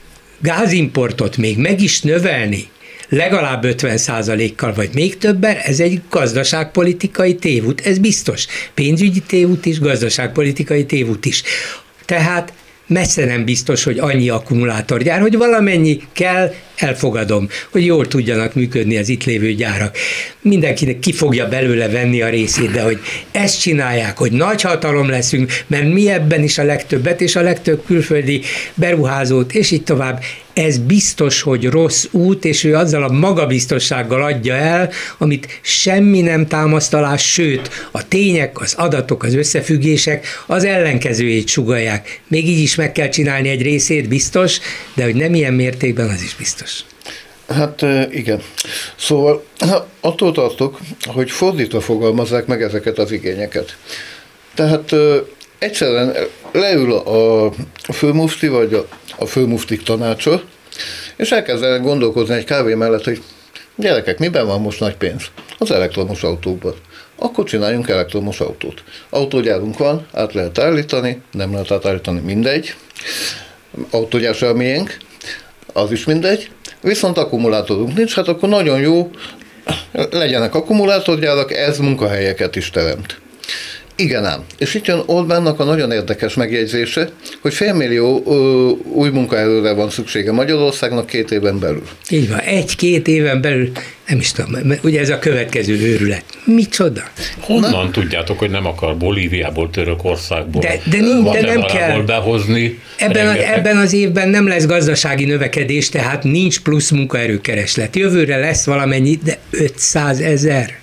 gázimportot még meg is növelni, legalább ötven százalékkal, vagy még többen, ez egy gazdaságpolitikai tévút, ez biztos. Pénzügyi tévút is, gazdaságpolitikai tévút is. Tehát messze nem biztos, hogy annyi akkumulátorgyár, hogy valamennyi kell, elfogadom, hogy jól tudjanak működni az itt lévő gyárak. Mindenkinek ki fogja belőle venni a részét, de hogy ezt csinálják, hogy nagy hatalom leszünk, mert mi ebben is a legtöbbet, és a legtöbb külföldi beruházót, és így tovább, ez biztos, hogy rossz út, és ő azzal a magabiztossággal adja el, amit semmi nem támasztalás, sőt, a tények, az adatok, az összefüggések az ellenkezőjét sugallják. Még így is meg kell csinálni egy részét, biztos, de hogy nem ilyen mértékben, az is biztos. Hát igen. Szóval attól tartok, hogy fordítva fogalmazzák meg ezeket az igényeket. Tehát egyszerűen leül a főmufti, vagy a, a főmuftik tanácsa, és elkezdenek gondolkozni egy kávé mellett, hogy gyerekek, miben van most nagy pénz? Az elektromos autókban. Akkor csináljunk elektromos autót. Autógyárunk van, át lehet állítani, nem lehet átállítani, mindegy. Autógyár se a miénk, az is mindegy. Viszont akkumulátorunk nincs, hát akkor nagyon jó, legyenek akkumulátorgyárak, ez munkahelyeket is teremt. Igen ám. És itt jön Orbánnak a nagyon érdekes megjegyzése, hogy félmillió ö, új munkaerőre van szüksége Magyarországnak két éven belül. Így van, egy-két éven belül, nem is tudom, ugye ez a következő őrület. Micsoda? Honnan Na? tudjátok, hogy nem akar Bolíviából, Törökországból, de, de, nincs, de nem kell behozni? Ebben, a, ebben az évben nem lesz gazdasági növekedés, tehát nincs plusz munkaerőkereslet. Jövőre lesz valamennyi, de ötszázezer.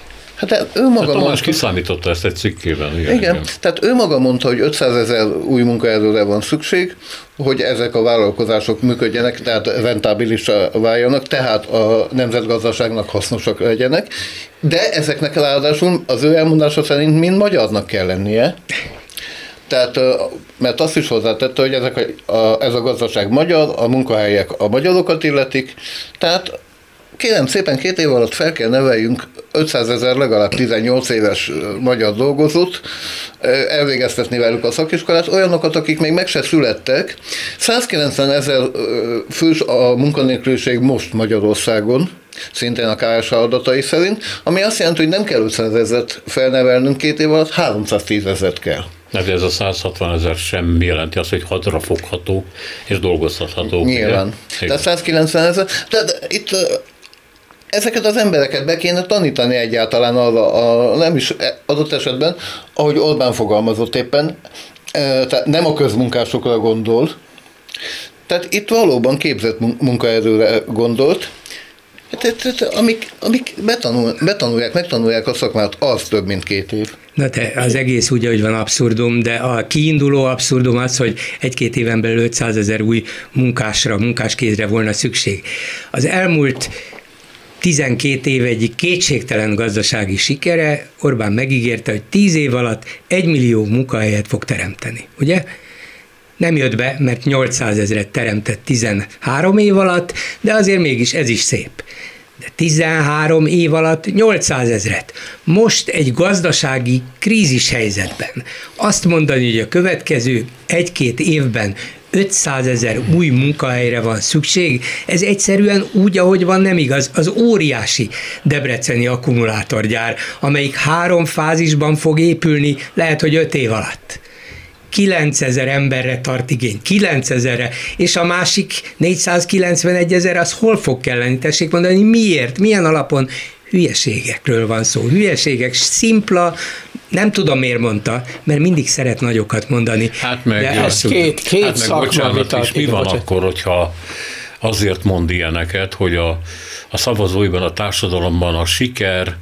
Hát ő maga Tamás mondta, kiszámította ezt egy cikkében. Igen, igen, igen, tehát ő maga mondta, hogy ötszázezer új munkaerőre van szükség, hogy ezek a vállalkozások működjenek, tehát rentábilisra váljanak, tehát a nemzetgazdaságnak hasznosak legyenek, de ezeknek ráadásul az ő elmondása szerint mind magyarnak kell lennie. Tehát, mert azt is hozzátette, hogy ezek a, a, ez a gazdaság magyar, a munkahelyek a magyarokat illetik, tehát kérem szépen, két év alatt fel kell neveljünk ötszázezer legalább tizennyolc éves magyar dolgozót, elvégeztetni velük a szakiskolát, olyanokat, akik még meg se születtek. százkilencvenezer fős a munkanélküliség most Magyarországon, szintén a ká es há adatai szerint, ami azt jelenti, hogy nem kell ötszázezret felnevelnünk két év alatt, háromszáztízezret kell. Mert ez a száz hatvan ezer sem jelenti azt, hogy hadrafogható és dolgoztatható. Nyilván. Tehát száz kilencven ezer. Tehát itt ezeket az embereket be kéne tanítani egyáltalán arra, a, nem is adott esetben, ahogy Orbán fogalmazott éppen, tehát nem a közmunkásokra gondol, tehát itt valóban képzett munkaerőre gondolt, tehát, amik, amik betanul, betanulják, megtanulják a szakmát, az több, mint két év. Na te, az egész úgy, hogy van abszurdum, de a kiinduló abszurdum az, hogy egy-két éven belül ötszázezer új munkásra, munkáskézre volna szükség. Az elmúlt tizenkét év egyik kétségtelen gazdasági sikere, Orbán megígérte, hogy tíz év alatt egy millió munkahelyet fog teremteni, ugye? Nem jött be, mert nyolcszázezret teremtett tizenhárom év alatt, de azért mégis ez is szép. De tizenhárom év alatt nyolcszázezret. Most egy gazdasági krízis helyzetben azt mondani, hogy a következő egy-két évben ötszázezer új munkahelyre van szükség, ez egyszerűen úgy, ahogy van, nem igaz. Az óriási debreceni akkumulátorgyár, amelyik három fázisban fog épülni, lehet, hogy öt év alatt. kilencezer emberre tart igény, kilencezerre, és a másik négyszázkilencvenegy ezer, az hol fog kelleni? Tessék mondani, miért, milyen alapon? Hülyeségekről van szó, hülyeségek, szimpla, nem tudom miért mondta, mert mindig szeret nagyokat mondani. Hát meg, de ez két, két hát meg bocsánat, és mi van bocsánat. akkor, hogyha azért mond ilyeneket, hogy a, a szavazóiban, a társadalomban a siker,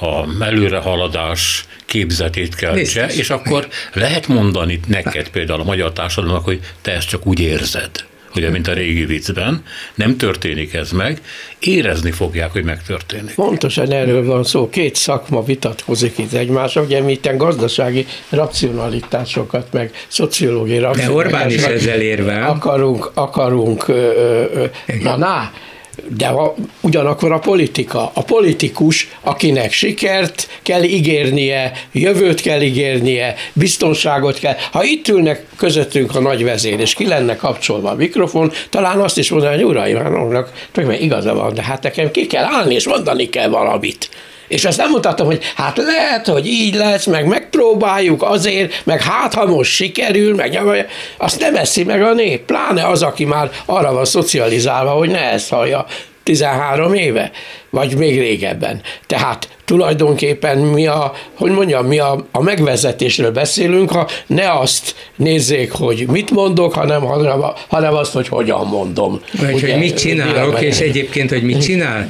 a előrehaladás képzetét keltse, és akkor lehet mondani neked például a magyar társadalomnak, hogy te ezt csak úgy érzed, ugye, mint a régi viccben, nem történik ez meg, érezni fogják, hogy megtörténik. Pontosan erről van szó, két szakma vitatkozik itt egymással, ugye mi itten gazdasági racionalitásokat, meg szociológiai racionalitásokat. De Orbán is ezzel érve. Akarunk, akarunk, ö, ö, na, na, de a, ugyanakkor a politika, a politikus, akinek sikert kell ígérnie, jövőt kell ígérnie, biztonságot kell. Ha itt ülnek közöttünk a nagy vezér, és ki lenne kapcsolva a mikrofon, talán azt is mondaná, hogy uraim, annak mert igaza van, de hát nekem ki kell állni, és mondani kell valamit. És azt nem mondhatom, hogy hát lehet, hogy így lesz, meg megpróbáljuk azért, meg hát ha most sikerül, meg azt nem eszi meg a nép, pláne az, aki már arra van szocializálva, hogy ne ezt hallja tizenhárom éve, vagy még régebben. Tehát tulajdonképpen mi a, hogy mondjam, mi a, a megvezetésről beszélünk, ha ne azt nézzék, hogy mit mondok, hanem, hanem, hanem azt, hogy hogyan mondom. Vagy ugye, hogy mit csinálok, és egyébként, hogy mit csinál?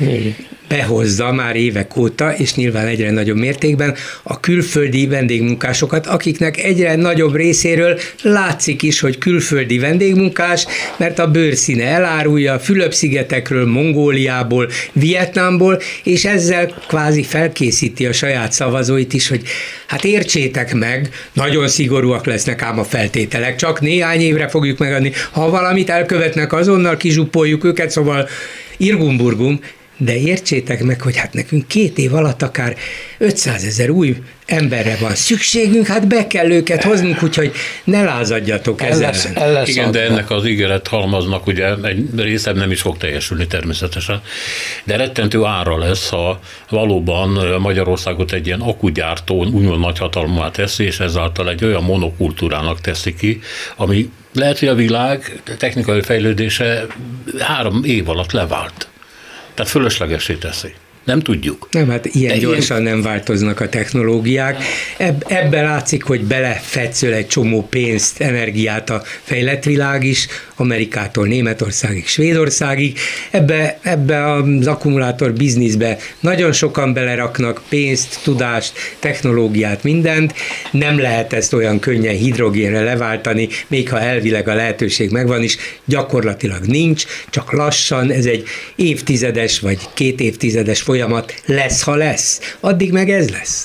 Behozza már évek óta, és nyilván egyre nagyobb mértékben a külföldi vendégmunkásokat, akiknek egyre nagyobb részéről látszik is, hogy külföldi vendégmunkás, mert a bőrszíne elárulja Fülöp-szigetekről, Mongóliából, Vietnámból, és ezzel kvázi felkészíti a saját szavazóit is, hogy hát értsétek meg, nagyon szigorúak lesznek ám a feltételek, csak néhány évre fogjuk megadni, ha valamit elkövetnek, azonnal kizsupoljuk őket, szóval irgumburgum, de értsétek meg, hogy hát nekünk két év alatt akár ötszázezer új emberre van szükségünk, hát be kell őket hoznunk, úgyhogy ne lázadjatok ezzel. Igen, de ennek az ígéret halmaznak ugye egy része nem is fog teljesülni természetesen, de rettentő ára lesz, ha valóban Magyarországot egy ilyen akugyártó, úgymond nagyhatalmá teszi, és ezáltal egy olyan monokultúrának teszi ki, ami lehet, hogy a világ technikai fejlődése három év alatt levált. Tehát fölöslegessé teszi. Nem tudjuk. Nem, hát ilyen De gyorsan ilyen... nem változnak a technológiák. Eb- ebben látszik, hogy belefetszöl egy csomó pénzt, energiát a fejlett világ is, Amerikától Németországig, Svédországig. Ebbe, ebbe az akkumulátor bizniszbe nagyon sokan beleraknak pénzt, tudást, technológiát, mindent. Nem lehet ezt olyan könnyen hidrogénre leváltani, még ha elvileg a lehetőség megvan is, gyakorlatilag nincs, csak lassan, ez egy évtizedes vagy két évtizedes folyamat lesz, ha lesz. Addig meg ez lesz.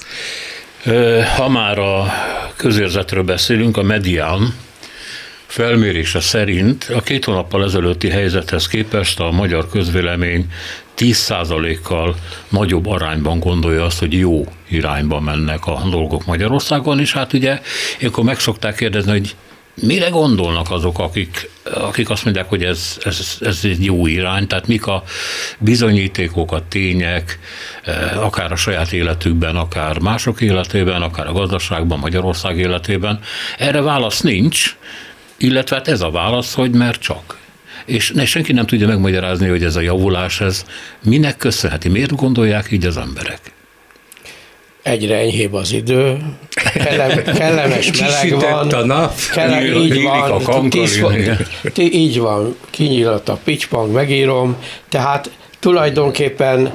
Ha már a közérzetről beszélünk, a Medián felmérése szerint a két hónappal ezelőtti helyzethez képest a magyar közvélemény tíz százalékkal nagyobb arányban gondolja azt, hogy jó irányba mennek a dolgok Magyarországon, és hát ugye ilyenkor meg szokták kérdezni, hogy mire gondolnak azok, akik, akik azt mondják, hogy ez, ez, ez egy jó irány, tehát mik a bizonyítékok, a tények, akár a saját életükben, akár mások életében, akár a gazdaságban, Magyarország életében. Erre válasz nincs, illetve hát ez a válasz, hogy mert csak. És ne, senki nem tudja megmagyarázni, hogy ez a javulás, ez minek köszönheti, miért gondolják így az emberek? Egyre enyhébb az idő, kellem, kellemes meleg van, a nap, kellem, így van, tíz, így van, kinyílt a pittypang, megírom, tehát tulajdonképpen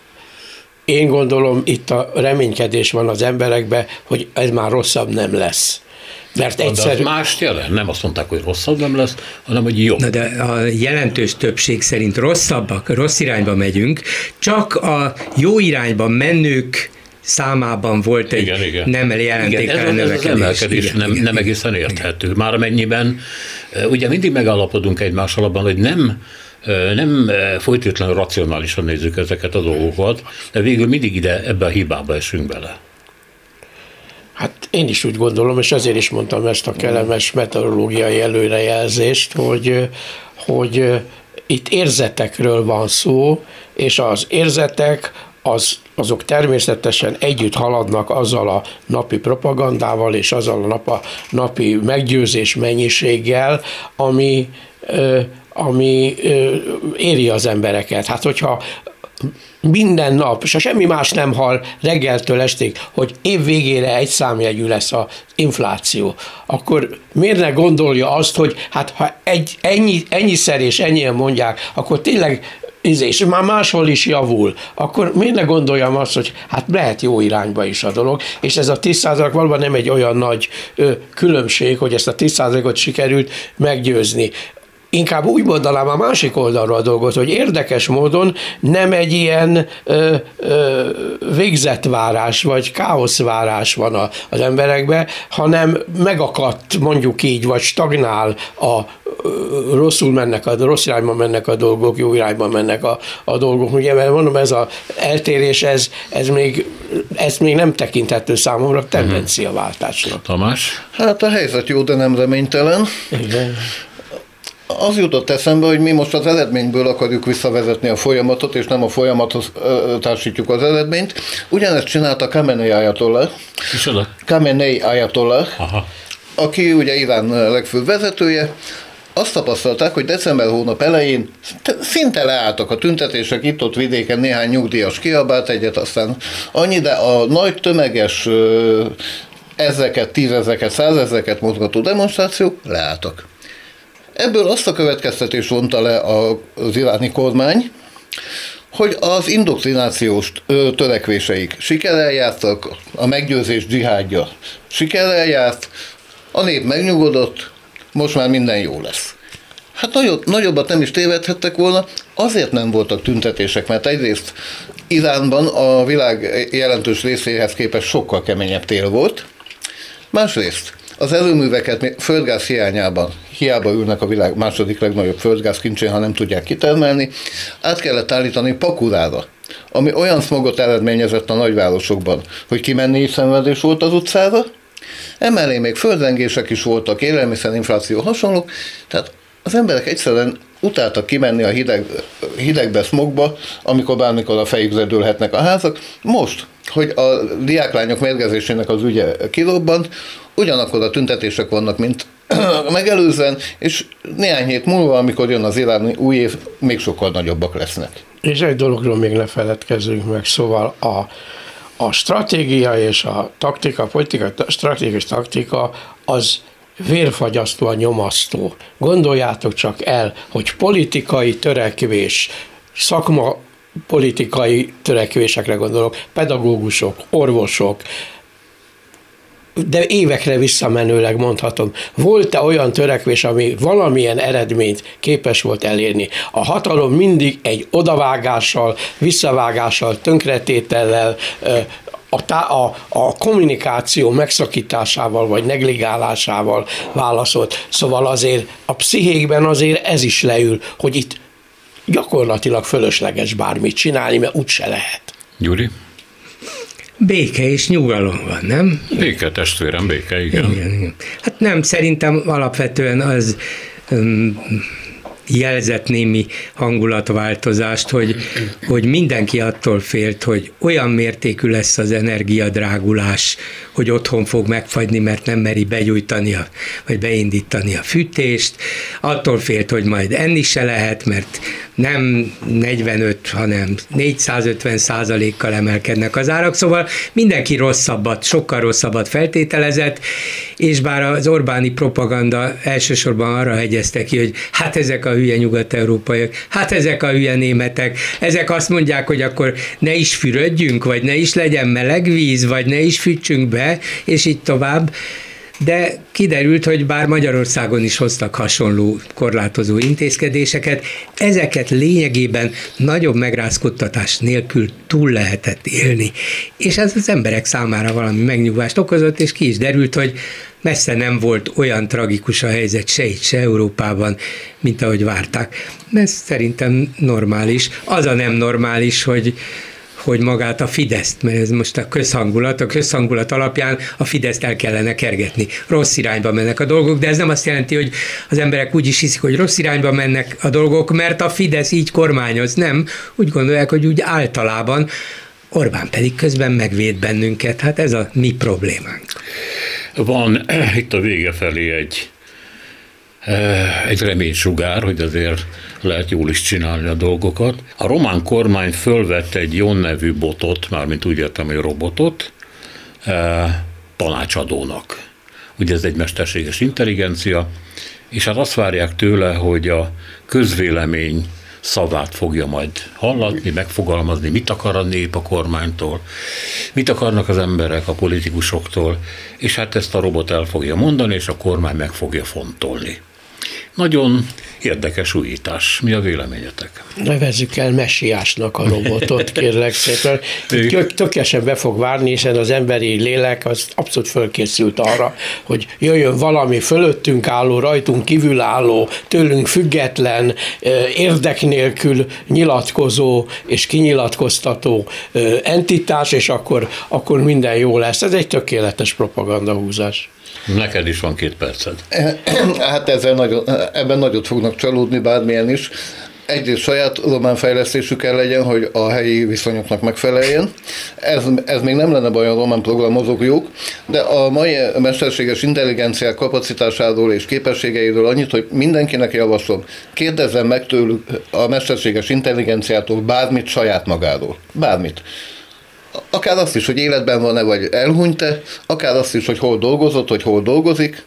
én gondolom, itt a reménykedés van az emberekben, hogy ez már rosszabb nem lesz. Mert egyszerű... De mást jelent? Nem azt mondták, hogy rosszabb nem lesz, hanem hogy jobb. Na de a jelentős többség szerint rosszabbak, rossz irányba megyünk, csak a jó irányba menők számában volt egy igen, igen. nem jelentéktelen növekedés. Ez az emelkedés igen, nem, igen, nem egészen érthető. Már amennyiben, ugye mindig megállapodunk egymással abban, hogy nem nem folytatlanul racionálisan nézzük ezeket a dolgokat, de végül mindig ide ebbe a hibába esünk bele. Hát én is úgy gondolom, és ezért is mondtam ezt a kellemes meteorológiai előrejelzést, hogy, hogy itt érzetekről van szó, és az érzetek az, azok természetesen együtt haladnak azzal a napi propagandával, és azzal a nap, a napi meggyőzés mennyiséggel, ami, ami éri az embereket. Hát hogyha minden nap, és semmi más nem hall reggeltől estig, hogy év végére egy számjegyű lesz az infláció, akkor miért ne gondolja azt, hogy hát ha egy, ennyi, ennyiszer és ennyien mondják, akkor tényleg és már máshol is javul, akkor miért ne gondoljam azt, hogy hát lehet jó irányba is a dolog, és ez a tíz százalék valóban nem egy olyan nagy ö, különbség, hogy ezt a tíz százalékot sikerült meggyőzni. Inkább úgy mondanám a másik oldalra a dolgot, hogy érdekes módon nem egy ilyen ö, ö, végzetvárás vagy káoszvárás van a, az emberekben, hanem megakadt, mondjuk így, vagy stagnál a ö, rosszul mennek, a rossz irányba mennek a dolgok, jó irányba mennek a, a dolgok. Ugye, mert mondom, ez az eltérés, ez, ez még, ez még nem tekinthető számomra tendenciaváltásnak. Tamás? Hát a helyzet jó, de nem reménytelen. Igen. Az jutott eszembe, hogy mi most az eredményből akarjuk visszavezetni a folyamatot, és nem a folyamathoz társítjuk az eredményt. Ugyanezt csinálta Khamenei Ayatollah. Micsoda? Khamenei Ayatollah, Aha. aki ugye Irán legfőbb vezetője. Azt tapasztalták, hogy december hónap elején szinte leálltak a tüntetések, itt-ott vidéken néhány nyugdíjas kiabált egyet, aztán annyi, de a nagy tömeges ezeket, tízezeket, százezeket mozgató demonstrációk leálltak. Ebből azt a következtetést vonta le az iráni kormány, hogy az indoktrinációs törekvéseik sikerrel jártak, a meggyőzés dzsihádja sikerrel járt, a nép megnyugodott, most már minden jó lesz. Hát nagyobb, nagyobbat nem is tévedhettek volna, azért nem voltak tüntetések, mert egyrészt Iránban a világ jelentős részéhez képest sokkal keményebb tél volt, másrészt az erőműveket földgáz hiányában, hiába ülnek a világ második legnagyobb földgáz kincsén, ha nem tudják kitermelni, át kellett állítani Pakurára, ami olyan szmogot eredményezett a nagyvárosokban, hogy kimenni is szenvedés volt az utcára, emellé még földrengések is voltak, élelmiszerinfláció hasonlók, tehát az emberek egyszerűen utáltak kimenni a hideg, hidegbe, smogba, amikor bármikor a fejükre dőlhetnek a házak. Most, hogy a diáklányok mérgezésének az ügye kirobbant, ugyanakkor a tüntetések vannak, mint megelőzően, és néhány hét múlva, amikor jön az iráni új év, még sokkal nagyobbak lesznek. És egy dologról még ne feledkezzünk meg, szóval a, a stratégia és a taktika, a politika, a stratégia és taktika az vérfagyasztóan nyomasztó. Gondoljátok csak el, hogy politikai törekvés, szakma politikai törekvésekre gondolok, pedagógusok, orvosok, de évekre visszamenőleg mondhatom, volt-e olyan törekvés, ami valamilyen eredményt képes volt elérni? A hatalom mindig egy odavágással, visszavágással, tönkretétellel, a, tá- a, a kommunikáció megszakításával vagy negligálásával válaszolt. Szóval azért a pszichékben azért ez is leül, hogy itt gyakorlatilag fölösleges bármit csinálni, mert úgyse lehet. Gyuri? béke és nyugalom van, nem? Béke, testvérem, béke, igen. igen, igen. Hát nem, szerintem alapvetően az um, jelzett némi hangulatváltozást, hogy, hogy mindenki attól félt, hogy olyan mértékű lesz az energiadrágulás, hogy otthon fog megfagyni, mert nem meri begyújtani, a, vagy beindítani a fűtést. Attól félt, hogy majd enni se lehet, mert nem negyvenöt, hanem négyszázötven százalékkal emelkednek az árak, szóval mindenki rosszabbat, sokkal rosszabbat feltételezett, és bár az Orbáni propaganda elsősorban arra hegyezte ki, hogy hát ezek a hülye nyugat-európaiak, hát ezek a hülye németek, ezek azt mondják, hogy akkor ne is fürödjünk, vagy ne is legyen meleg víz, vagy ne is fűtsünk be, és így tovább. De kiderült, hogy bár Magyarországon is hoztak hasonló korlátozó intézkedéseket, ezeket lényegében nagyobb megrázkódtatás nélkül túl lehetett élni. És ez az emberek számára valami megnyugvást okozott, és ki is derült, hogy messze nem volt olyan tragikus a helyzet se itt, se Európában, mint ahogy várták. Ez szerintem normális. Az a nem normális, hogy hogy magát a Fideszt, mert ez most a közhangulat, a közhangulat alapján a Fideszt el kellene kergetni. Rossz irányba mennek a dolgok, de ez nem azt jelenti, hogy az emberek úgy is hiszik, hogy rossz irányba mennek a dolgok, mert a Fidesz így kormányoz. Nem, úgy gondolják, hogy úgy általában, Orbán pedig közben megvéd bennünket. Hát ez a mi problémánk. Van itt a vége felé egy, egy reménysugár, hogy azért lehet jól is csinálni a dolgokat. A román kormány fölvett egy Jon nevű botot, mármint úgy értem, hogy robotot, tanácsadónak. Ugye ez egy mesterséges intelligencia, és hát azt várják tőle, hogy a közvélemény szavát fogja majd hallatni, megfogalmazni, mit akar a nép a kormánytól, mit akarnak az emberek a politikusoktól, és hát ezt a robot el fogja mondani, és a kormány meg fogja fontolni. Nagyon érdekes újítás. Mi a véleményetek? Nevezzük el messiásnak a robotot, kérlek szépen. Tök, tökéletesen be fog várni, hiszen az emberi lélek az abszolút fölkészült arra, hogy jöjjön valami fölöttünk álló, rajtunk kívül álló, tőlünk független, érdek nélkül nyilatkozó és kinyilatkoztató entitás, és akkor, akkor minden jó lesz. Ez egy tökéletes propagandahúzás. Neked is van két perced. Hát ezzel nagyon, ebben nagyot fognak csalódni, bármilyen is. Egyrészt saját román fejlesztésük kell legyen, hogy a helyi viszonyoknak megfeleljen. Ez, ez még nem lenne baj, a román programozók jók, de a mai mesterséges intelligenciák kapacitásáról és képességeiről annyit, hogy mindenkinek javaslom, kérdezzen meg tőlük a mesterséges intelligenciától bármit saját magáról. Bármit. Akár azt is, hogy életben van-e, vagy elhunyt-e, akár azt is, hogy hol dolgozott, hogy hol dolgozik.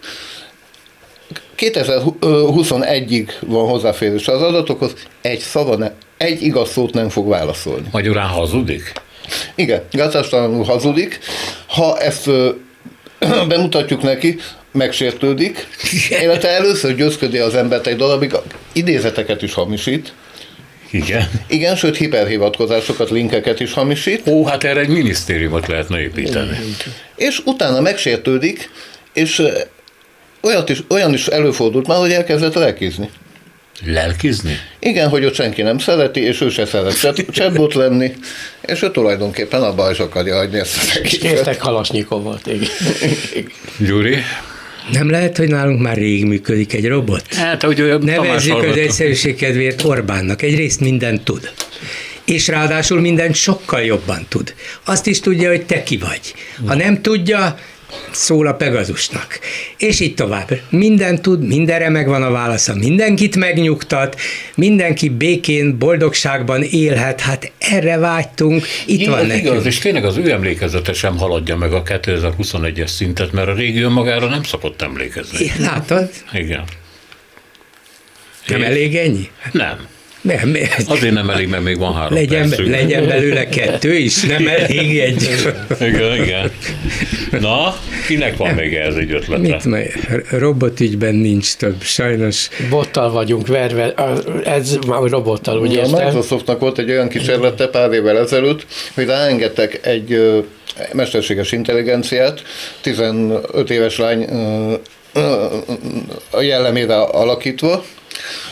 kétezer-huszonegyig van hozzáférés az adatokhoz, egy szava ne, egy igaz szót nem fog válaszolni. Magyarán hazudik? Igen, gátlástalanul hazudik. Ha ezt ö, bemutatjuk neki, megsértődik, illetve először győzködi az embert egy darabig, idézeteket is hamisít. Igen. Igen, sőt hiperhivatkozásokat, linkeket is hamisít. Ó, hát erre egy minisztériumot lehetne építeni. És utána megsértődik, és olyat is, olyan is előfordult már, hogy elkezdett lelkizni. Lelkizni? Igen, hogy ott senki nem szereti, és ő se szeret chatbot lenni, és ő tulajdonképpen abba is akarja hagyni ezt az egészet. Értek Halasnyikovot, igen. Gyuri? Nem lehet, hogy nálunk már rég működik egy robot? Hát, hogy nevezzük az egyszerűség kedvéért Orbánnak. Egyrészt mindent tud. És ráadásul mindent sokkal jobban tud. Azt is tudja, hogy te ki vagy. Ha nem tudja, szól a Pegazusnak. És így tovább. Minden tud, mindenre megvan a válasza, mindenkit megnyugtat, mindenki békén, boldogságban élhet, hát erre vágytunk, itt igen, van nekünk. Igaz, és tényleg az ő emlékezete sem haladja meg a kétezer-huszonegyes szintet, mert a régi önmagára nem szokott emlékezni. Látod? Igen. Nem és elég ennyi? Nem. Nem, azért nem elég, mert még van három legyen, percünk. legyen belőle kettő is, nem elég egy. Igen, igen. Na, kinek van még ez egy ötlete? Mit, robotügyben nincs több, sajnos. Bottal vagyunk verve, ez már robottal, ugye? A Microsoftnak volt egy olyan kísérlete pár évvel ezelőtt, hogy ráengedtek egy mesterséges intelligenciát, tizenöt éves lány a jellemére alakítva,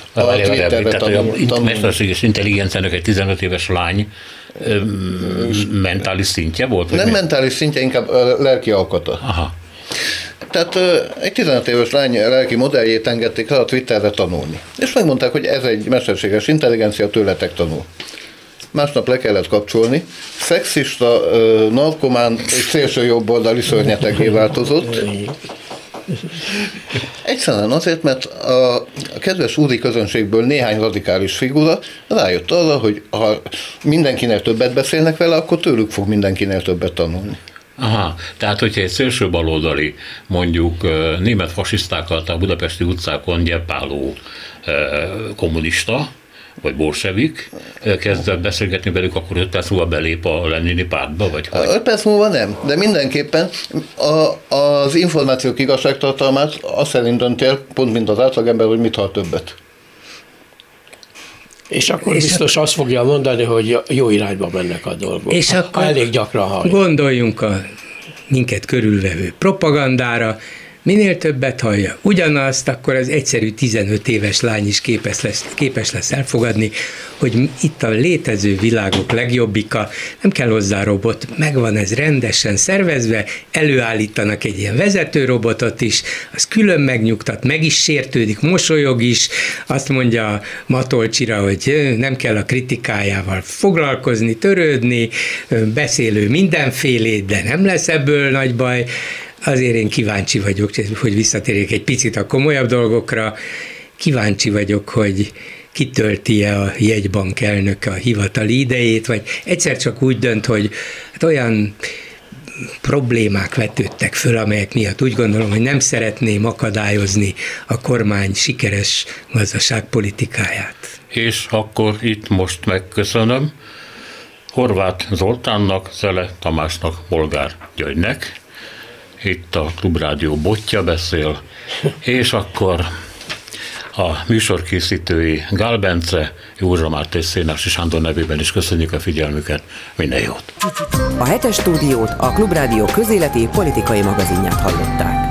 a Twitterre tanulni. A mesterséges intelligenciának egy tizenöt éves lány mentális szintje volt? Nem mi? Mentális szintje, inkább lelki alkata. Aha. Tehát egy tizenöt éves lány lelki modelljét engedték el a Twitterre tanulni. És megmondták, hogy ez egy mesterséges intelligencia, tőletek tanul. Másnap le kellett kapcsolni. Szexista, narkomán és szélső jobboldali szörnyetegé változott. Egyszerűen azért, mert a, a kedves úri közönségből néhány radikális figura rájött arra, hogy ha mindenkinek többet beszélnek vele, akkor tőlük fog mindenkinek többet tanulni. Aha, tehát hogyha egy szélső baloldali, mondjuk német fasisztákkal a budapesti utcákon gyeppáló kommunista, vagy bolsevik, kezd beszélgetni velük, akkor öt perc múlva belép a Lenini pártba, vagy hogy? öt perc múlva nem, de mindenképpen a, az információk igazságtartalmát azt szerint dönti el, pont mint az átlagember, hogy mit hall többet. És akkor és biztos akkor... azt fogja mondani, hogy jó irányba mennek a dolgok. És akkor elég gyakran halljuk. Gondoljunk a minket körülvevő propagandára, minél többet hallja ugyanazt, akkor az egyszerű tizenöt éves lány is képes lesz, képes lesz elfogadni, hogy itt a létező világok legjobbika, nem kell hozzá robot, megvan ez rendesen szervezve, előállítanak egy ilyen vezetőrobotot is, az külön megnyugtat, meg is sértődik, mosolyog is, azt mondja Matolcsira, hogy nem kell a kritikájával foglalkozni, törődni, beszélő mindenfélét, de nem lesz ebből nagy baj. Azért én kíváncsi vagyok, hogy visszatérjek egy picit a komolyabb dolgokra, kíváncsi vagyok, hogy kitölti-e a jegybank elnöke a hivatali idejét, vagy egyszer csak úgy dönt, hogy hát olyan problémák vetődtek föl, amelyek miatt úgy gondolom, hogy nem szeretném akadályozni a kormány sikeres gazdaságpolitikáját. És akkor itt most megköszönöm Horváth Zoltánnak, Szele Tamásnak, Bolgár Györgynek. Itt a Klubrádió Botja beszél, és akkor a műsorkészítői Gál Bence, Józsa Márton és Szénási Sándor nevében is köszönjük a figyelmüket, minden jót! A hetes stúdiót, a Klubrádió közéleti politikai magazinját hallották.